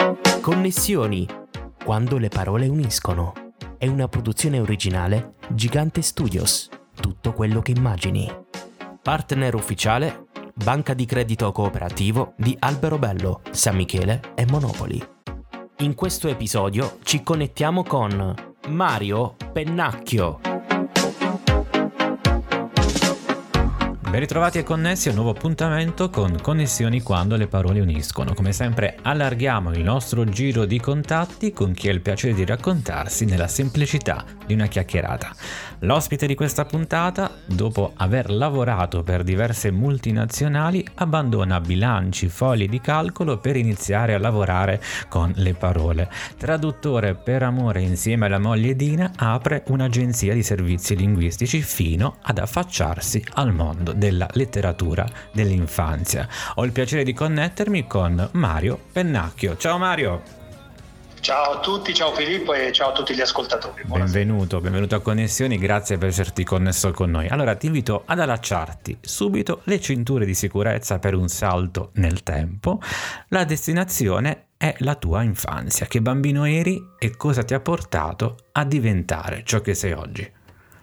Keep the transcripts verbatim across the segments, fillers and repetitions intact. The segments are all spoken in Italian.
Connessioni, quando le parole uniscono. È una produzione originale Gigante Studios. Tutto quello che immagini. Partner ufficiale Banca di Credito Cooperativo di Alberobello, San Michele e Monopoli. In questo episodio ci connettiamo con Mario Pennacchio. Ben ritrovati e connessi a un nuovo appuntamento con Connessioni quando le parole uniscono. Come sempre allarghiamo il nostro giro di contatti con chi ha il piacere di raccontarsi nella semplicità di una chiacchierata. L'ospite di questa puntata, dopo aver lavorato per diverse multinazionali, abbandona bilanci, fogli di calcolo per iniziare a lavorare con le parole. Traduttore per amore insieme alla moglie Dina, apre un'agenzia di servizi linguistici fino ad affacciarsi al mondo della letteratura dell'infanzia. Ho il piacere di connettermi con Mario Pennacchio. Ciao Mario! Ciao a tutti, ciao Filippo e ciao a tutti gli ascoltatori. Buonasera. Benvenuto, benvenuto a Connessioni, grazie per esserti connesso con noi. Allora ti invito ad allacciarti subito le cinture di sicurezza per un salto nel tempo. La destinazione è la tua infanzia. Che bambino eri e cosa ti ha portato a diventare ciò che sei oggi?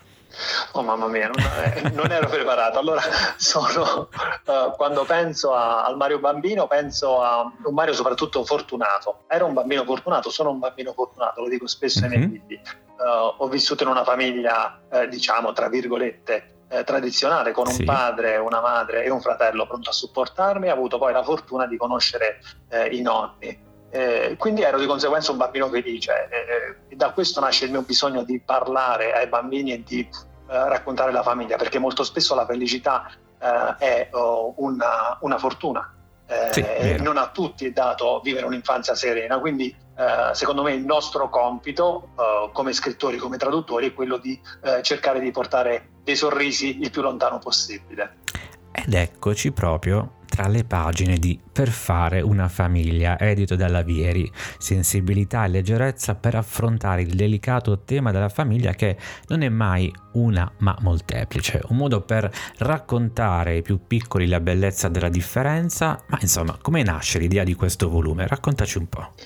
Oh mamma mia, non, eh, non ero preparato. Allora, sono uh, quando penso a, al Mario bambino, penso a un Mario soprattutto fortunato. Ero un bambino fortunato, sono un bambino fortunato, lo dico spesso mm-hmm. nei miei figli. Uh, ho vissuto in una famiglia, eh, diciamo, tra virgolette, eh, tradizionale, con un sì. padre, una madre e un fratello pronto a supportarmi. Ho avuto poi la fortuna di conoscere eh, i nonni. Eh, quindi ero di conseguenza un bambino felice eh, e da questo nasce il mio bisogno di parlare ai bambini e di eh, raccontare la famiglia, perché molto spesso la felicità eh, è oh, una, una fortuna eh, sì, e non a tutti è dato vivere un'infanzia serena, quindi eh, secondo me il nostro compito eh, come scrittori, come traduttori è quello di eh, cercare di portare dei sorrisi il più lontano possibile. Ed eccoci proprio tra le pagine di Per fare una famiglia, edito dalla Vieri, sensibilità e leggerezza per affrontare il delicato tema della famiglia, che non è mai una ma molteplice, un modo per raccontare ai più piccoli la bellezza della differenza. Ma insomma, come nasce l'idea di questo volume? Raccontaci un po'.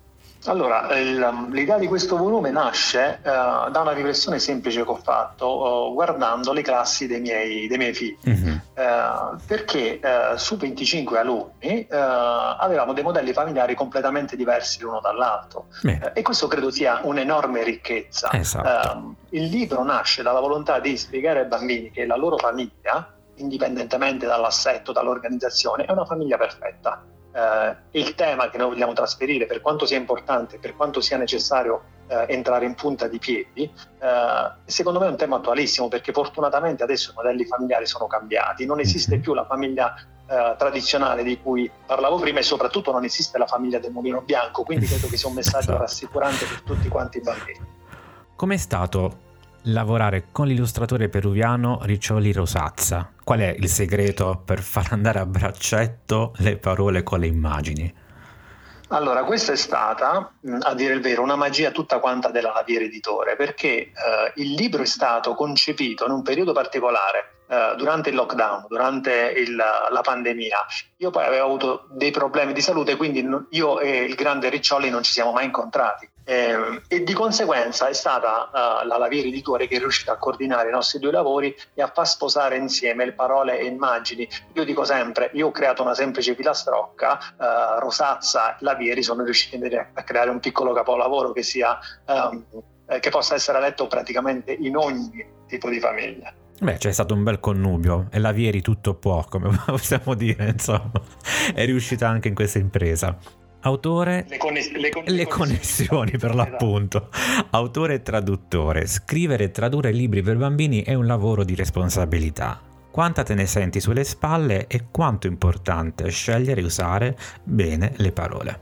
Allora, il, l'idea di questo volume nasce uh, da una riflessione semplice che ho fatto uh, guardando le classi dei miei, dei miei figli, mm-hmm. uh, perché uh, su venticinque alunni uh, avevamo dei modelli familiari completamente diversi l'uno dall'altro uh, e questo credo sia un'enorme ricchezza. Esatto. Uh, il libro nasce dalla volontà di spiegare ai bambini che la loro famiglia, indipendentemente dall'assetto, dall'organizzazione, è una famiglia perfetta. Uh, il tema che noi vogliamo trasferire, per quanto sia importante, per quanto sia necessario uh, entrare in punta di piedi, uh, secondo me è un tema attualissimo, perché fortunatamente adesso i modelli familiari sono cambiati, non esiste più la famiglia uh, tradizionale di cui parlavo prima e soprattutto non esiste la famiglia del mulino bianco, quindi credo che sia un messaggio rassicurante per tutti quanti i bambini. Com'è stato lavorare con l'illustratore peruviano Riccioli Rosazza? Qual è il segreto per far andare a braccetto le parole con le immagini? Allora, questa è stata, a dire il vero, una magia tutta quanta della Vieri Editore, perché eh, il libro è stato concepito in un periodo particolare, eh, durante il lockdown, durante il, la pandemia. Io poi avevo avuto dei problemi di salute, quindi io e il grande Riccioli non ci siamo mai incontrati. Eh, e di conseguenza è stata uh, la, la Vieri Editore che è riuscita a coordinare i nostri due lavori e a far sposare insieme le parole e immagini. Io dico sempre, io ho creato una semplice filastrocca, uh, Rosazza e la Vieri sono riusciti a creare un piccolo capolavoro che sia um, eh, che possa essere letto praticamente in ogni tipo di famiglia. Beh, c'è stato un bel connubio e la Vieri tutto può, come possiamo dire, insomma, è riuscita anche in questa impresa. Autore, le, conness- le, con- le connessioni per l'appunto. Autore e traduttore. Scrivere e tradurre libri per bambini è un lavoro di responsabilità. Quanta te ne senti sulle spalle e quanto è importante scegliere e usare bene le parole?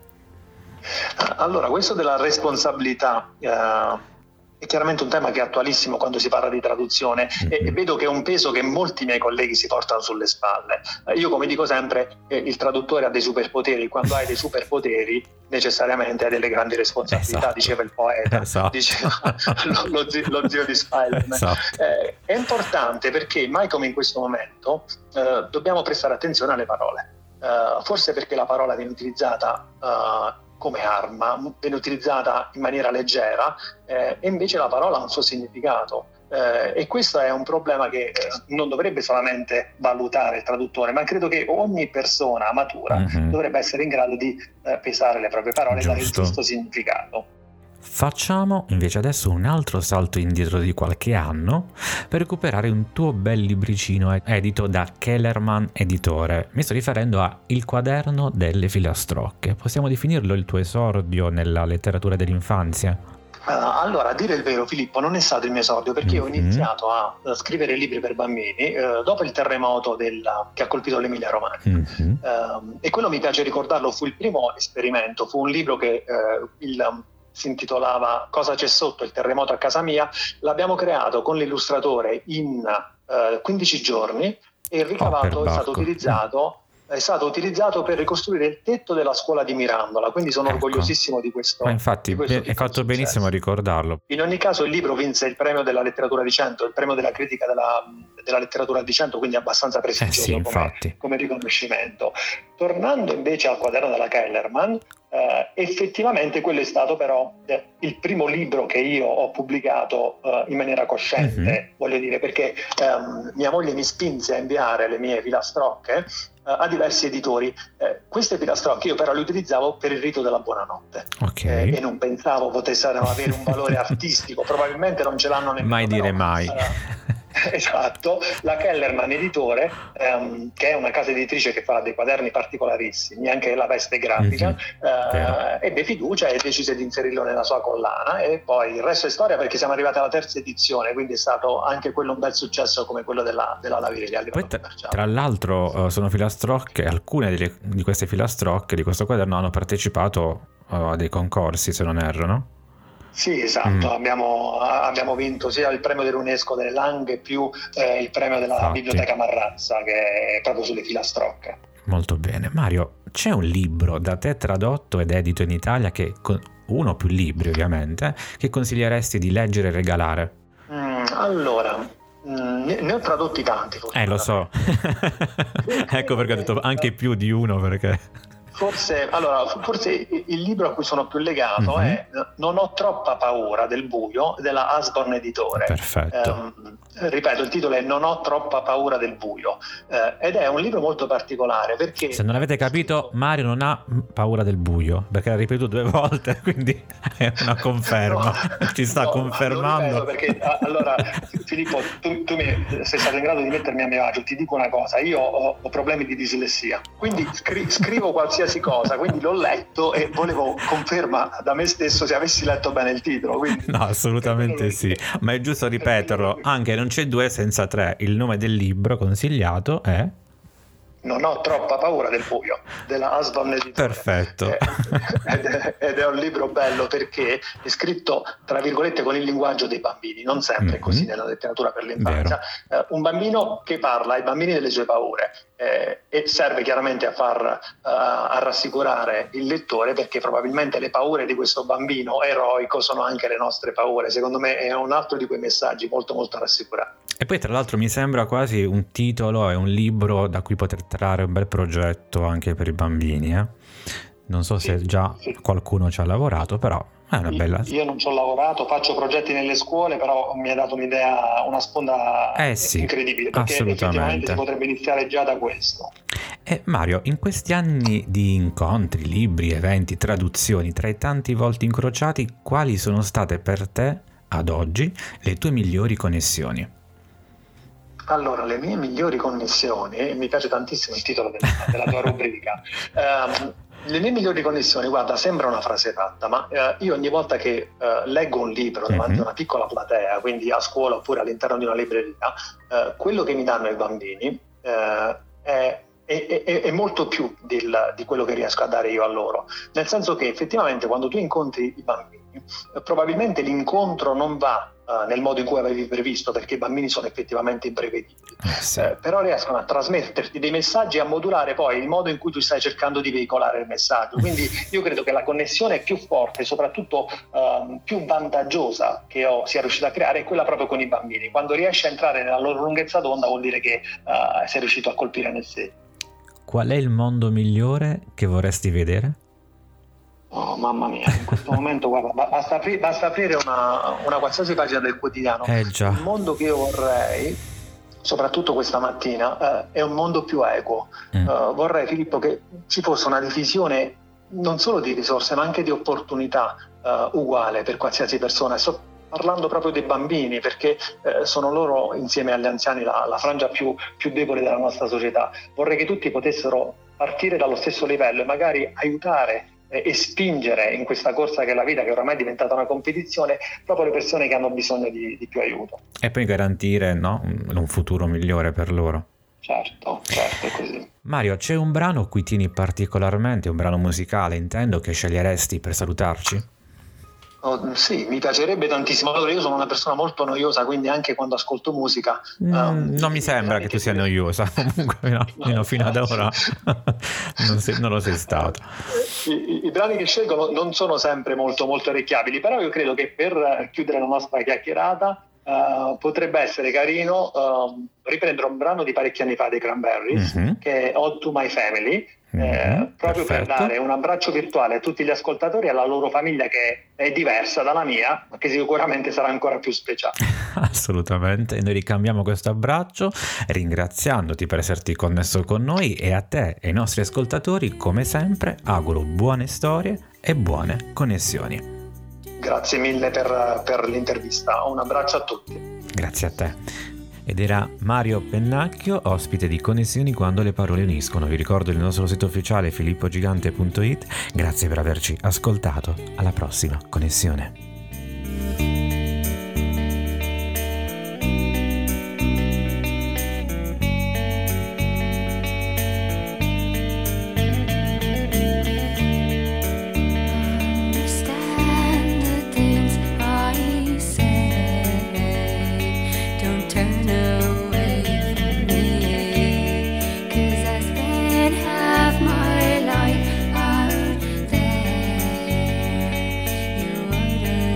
Allora, questo della responsabilità eh, è chiaramente un tema che è attualissimo quando si parla di traduzione mm-hmm. e, e vedo che è un peso che molti miei colleghi si portano sulle spalle. Eh, io, come dico sempre, eh, il traduttore ha dei superpoteri. Quando hai dei superpoteri necessariamente hai delle grandi responsabilità, esatto. Diceva il poeta, esatto. Diceva lo, lo, zio, lo zio di Spider-Man. Esatto. Eh, è importante perché mai come in questo momento eh, dobbiamo prestare attenzione alle parole. Uh, forse perché la parola viene utilizzata uh, come arma, viene utilizzata in maniera leggera, eh, e invece la parola ha un suo significato. Eh, e questo è un problema che eh, non dovrebbe solamente valutare il traduttore, ma credo che ogni persona matura mm-hmm. dovrebbe essere in grado di eh, pesare le proprie parole e dare il giusto significato. Facciamo invece adesso un altro salto indietro di qualche anno per recuperare un tuo bel libricino edito da Kellerman Editore. Mi sto riferendo a Il quaderno delle filastrocche. Possiamo definirlo il tuo esordio nella letteratura dell'infanzia? Uh, allora, a dire il vero, Filippo, non è stato il mio esordio, perché mm-hmm. ho iniziato a, a scrivere libri per bambini uh, dopo il terremoto della, che ha colpito l'Emilia Romagna. Mm-hmm. Uh, e quello, mi piace ricordarlo, fu il primo esperimento. Fu un libro che uh, il, si intitolava Cosa c'è sotto il terremoto a casa mia. L'abbiamo creato con l'illustratore in uh, quindici giorni e il ricavato oh, è stato utilizzato è stato utilizzato per ricostruire il tetto della scuola di Mirandola, quindi sono ecco. orgogliosissimo di questo. Ma infatti di questo hai fatto successo. Benissimo a ricordarlo. In ogni caso il libro vinse il premio della letteratura di cento, il premio della critica della, della letteratura di cento, quindi abbastanza prestigioso eh sì, come, come riconoscimento. Tornando invece al quaderno della Kellerman, eh, effettivamente quello è stato però eh, il primo libro che io ho pubblicato eh, in maniera cosciente, mm-hmm. voglio dire, perché ehm, mia moglie mi spinse a inviare le mie filastrocche a diversi editori. Eh, queste filastrocche io però le utilizzavo per il rito della buonanotte, okay. eh, e non pensavo potessero avere un valore artistico, probabilmente non ce l'hanno nemmeno. Mai dire però, mai. Uh, esatto, la Kellerman Editore, um, che è una casa editrice che fa dei quaderni particolarissimi, anche la veste grafica, mm-hmm. uh, ebbe fiducia e decise di inserirlo nella sua collana, e poi il resto è storia, perché siamo arrivati alla terza edizione, quindi è stato anche quello un bel successo come quello della, della Lavirelia. Poi tra, tra l'altro uh, sono filastrocche, alcune di, di queste filastrocche di questo quaderno hanno partecipato uh, a dei concorsi, se non erro, no? Sì, esatto, mm. abbiamo, abbiamo vinto sia il premio dell'UNESCO delle Langhe più eh, il premio della Infatti. Biblioteca Marrazza, che è proprio sulle filastrocche. Molto bene. Mario, c'è un libro da te tradotto ed edito in Italia, che uno o più libri ovviamente, che consiglieresti di leggere e regalare? Mm, allora, ne, ne ho tradotti tanti. Eh, lo so. Ecco perché ho detto anche più di uno, perché... Forse, allora, forse il libro a cui sono più legato mm-hmm. è Non ho troppa paura del buio, della Usborne Editore. Perfetto. Eh, ripeto, il titolo è Non ho troppa paura del buio, eh, ed è un libro molto particolare perché... Se non avete capito, Mario non ha paura del buio, perché l'ha ripetuto due volte, quindi è una conferma. No, Ci sta no, confermando. Perché, allora, Filippo, tu, tu mi, sei stato in grado di mettermi a mio agio. Ti dico una cosa, io ho, ho problemi di dislessia, quindi scri- scrivo qualsiasi cosa, quindi l'ho letto e volevo conferma da me stesso se avessi letto bene il titolo. Quindi, no, assolutamente sì, ma è giusto ripeterlo, anche non c'è due senza tre. Il nome del libro consigliato è Non ho troppa paura del buio, della Usborne Editore. Perfetto. Eh, ed, è, ed è un libro bello perché è scritto, tra virgolette, con il linguaggio dei bambini, non sempre mm-hmm. così nella letteratura per l'infanzia. Eh, un bambino che parla ai bambini delle sue paure, eh, e serve chiaramente a far uh, a rassicurare il lettore, perché probabilmente le paure di questo bambino eroico sono anche le nostre paure. Secondo me è un altro di quei messaggi molto molto rassicuranti. E poi tra l'altro mi sembra quasi un titolo e un libro da cui poter trarre un bel progetto anche per i bambini, eh? Non so sì, se già sì. qualcuno ci ha lavorato, però è una bella... Io non ci ho lavorato, faccio progetti nelle scuole, però mi ha dato un'idea, una sponda eh sì, incredibile, perché effettivamente si potrebbe iniziare già da questo. E Mario, in questi anni di incontri, libri, eventi, traduzioni, tra i tanti volti incrociati, quali sono state per te, ad oggi, le tue migliori connessioni? Allora, le mie migliori connessioni, mi piace tantissimo il titolo della, della tua rubrica, um, le mie migliori connessioni, guarda, sembra una frase fatta, ma uh, io ogni volta che uh, leggo un libro davanti mm-hmm. a una piccola platea, quindi a scuola oppure all'interno di una libreria, uh, quello che mi danno i bambini uh, è È, è, è molto più del, di quello che riesco a dare io a loro, nel senso che effettivamente quando tu incontri i bambini eh, probabilmente l'incontro non va uh, nel modo in cui avevi previsto, perché i bambini sono effettivamente imprevedibili, eh sì. eh, però riescono a trasmetterti dei messaggi e a modulare poi il modo in cui tu stai cercando di veicolare il messaggio. Quindi io credo che la connessione più forte e soprattutto uh, più vantaggiosa che io sia riuscito a creare è quella proprio con i bambini. Quando riesci a entrare nella loro lunghezza d'onda vuol dire che uh, sei riuscito a colpire nel sé. Qual è il mondo migliore che vorresti vedere? Oh, mamma mia, in questo momento guarda, basta, apri- basta aprire una, una qualsiasi pagina del quotidiano. Eh già. Il mondo che io vorrei, soprattutto questa mattina, eh, è un mondo più equo. Mm. Uh, vorrei, Filippo, che ci fosse una divisione non solo di risorse ma anche di opportunità uh, uguale per qualsiasi persona. Sto parlando proprio dei bambini, perché eh, sono loro, insieme agli anziani, la, la frangia più, più debole della nostra società. Vorrei che tutti potessero partire dallo stesso livello e magari aiutare e spingere in questa corsa che è la vita, che oramai è diventata una competizione, proprio le persone che hanno bisogno di, di più aiuto. E poi garantire, no, un futuro migliore per loro. Certo, certo, è così. Mario, c'è un brano a cui tieni particolarmente, un brano musicale intendo, che sceglieresti per salutarci? Oh, sì, mi piacerebbe tantissimo. Allora, io sono una persona molto noiosa, quindi anche quando ascolto musica mm, um, non mi sembra che tu sia noiosa, comunque no, no, no, fino ad ora non, sei, non lo sei stato. I, i, I brani che scelgo non sono sempre molto molto orecchiabili, però io credo che per chiudere la nostra chiacchierata uh, potrebbe essere carino uh, riprendere un brano di parecchi anni fa dei Cranberries, mm-hmm. che è Ode to My Family. Eh, proprio Perfetto. Per dare un abbraccio virtuale a tutti gli ascoltatori e alla loro famiglia, che è diversa dalla mia, ma che sicuramente sarà ancora più speciale. Assolutamente, noi ricambiamo questo abbraccio ringraziandoti per esserti connesso con noi, e a te e ai nostri ascoltatori come sempre auguro buone storie e buone connessioni. Grazie mille per, per l'intervista, un abbraccio a tutti. Grazie a te. Ed era Mario Pennacchio, ospite di Connessioni quando le parole uniscono. Vi ricordo il nostro sito ufficiale filippo gigante punto it. Grazie per averci ascoltato. Alla prossima connessione. My life out there, you wouldn't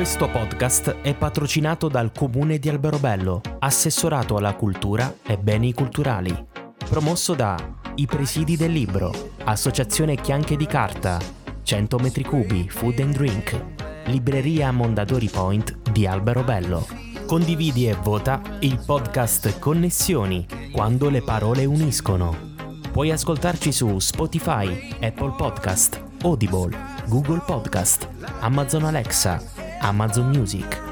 Questo podcast è patrocinato dal Comune di Alberobello, assessorato alla cultura e beni culturali. Promosso da I Presidi del Libro, Associazione Chianche di Carta, cento metri cubi Food and Drink, Libreria Mondadori Point di Alberobello. Condividi e vota il podcast Connessioni, quando le parole uniscono. Puoi ascoltarci su Spotify, Apple Podcast, Audible, Google Podcast, Amazon Alexa, Amazon Music,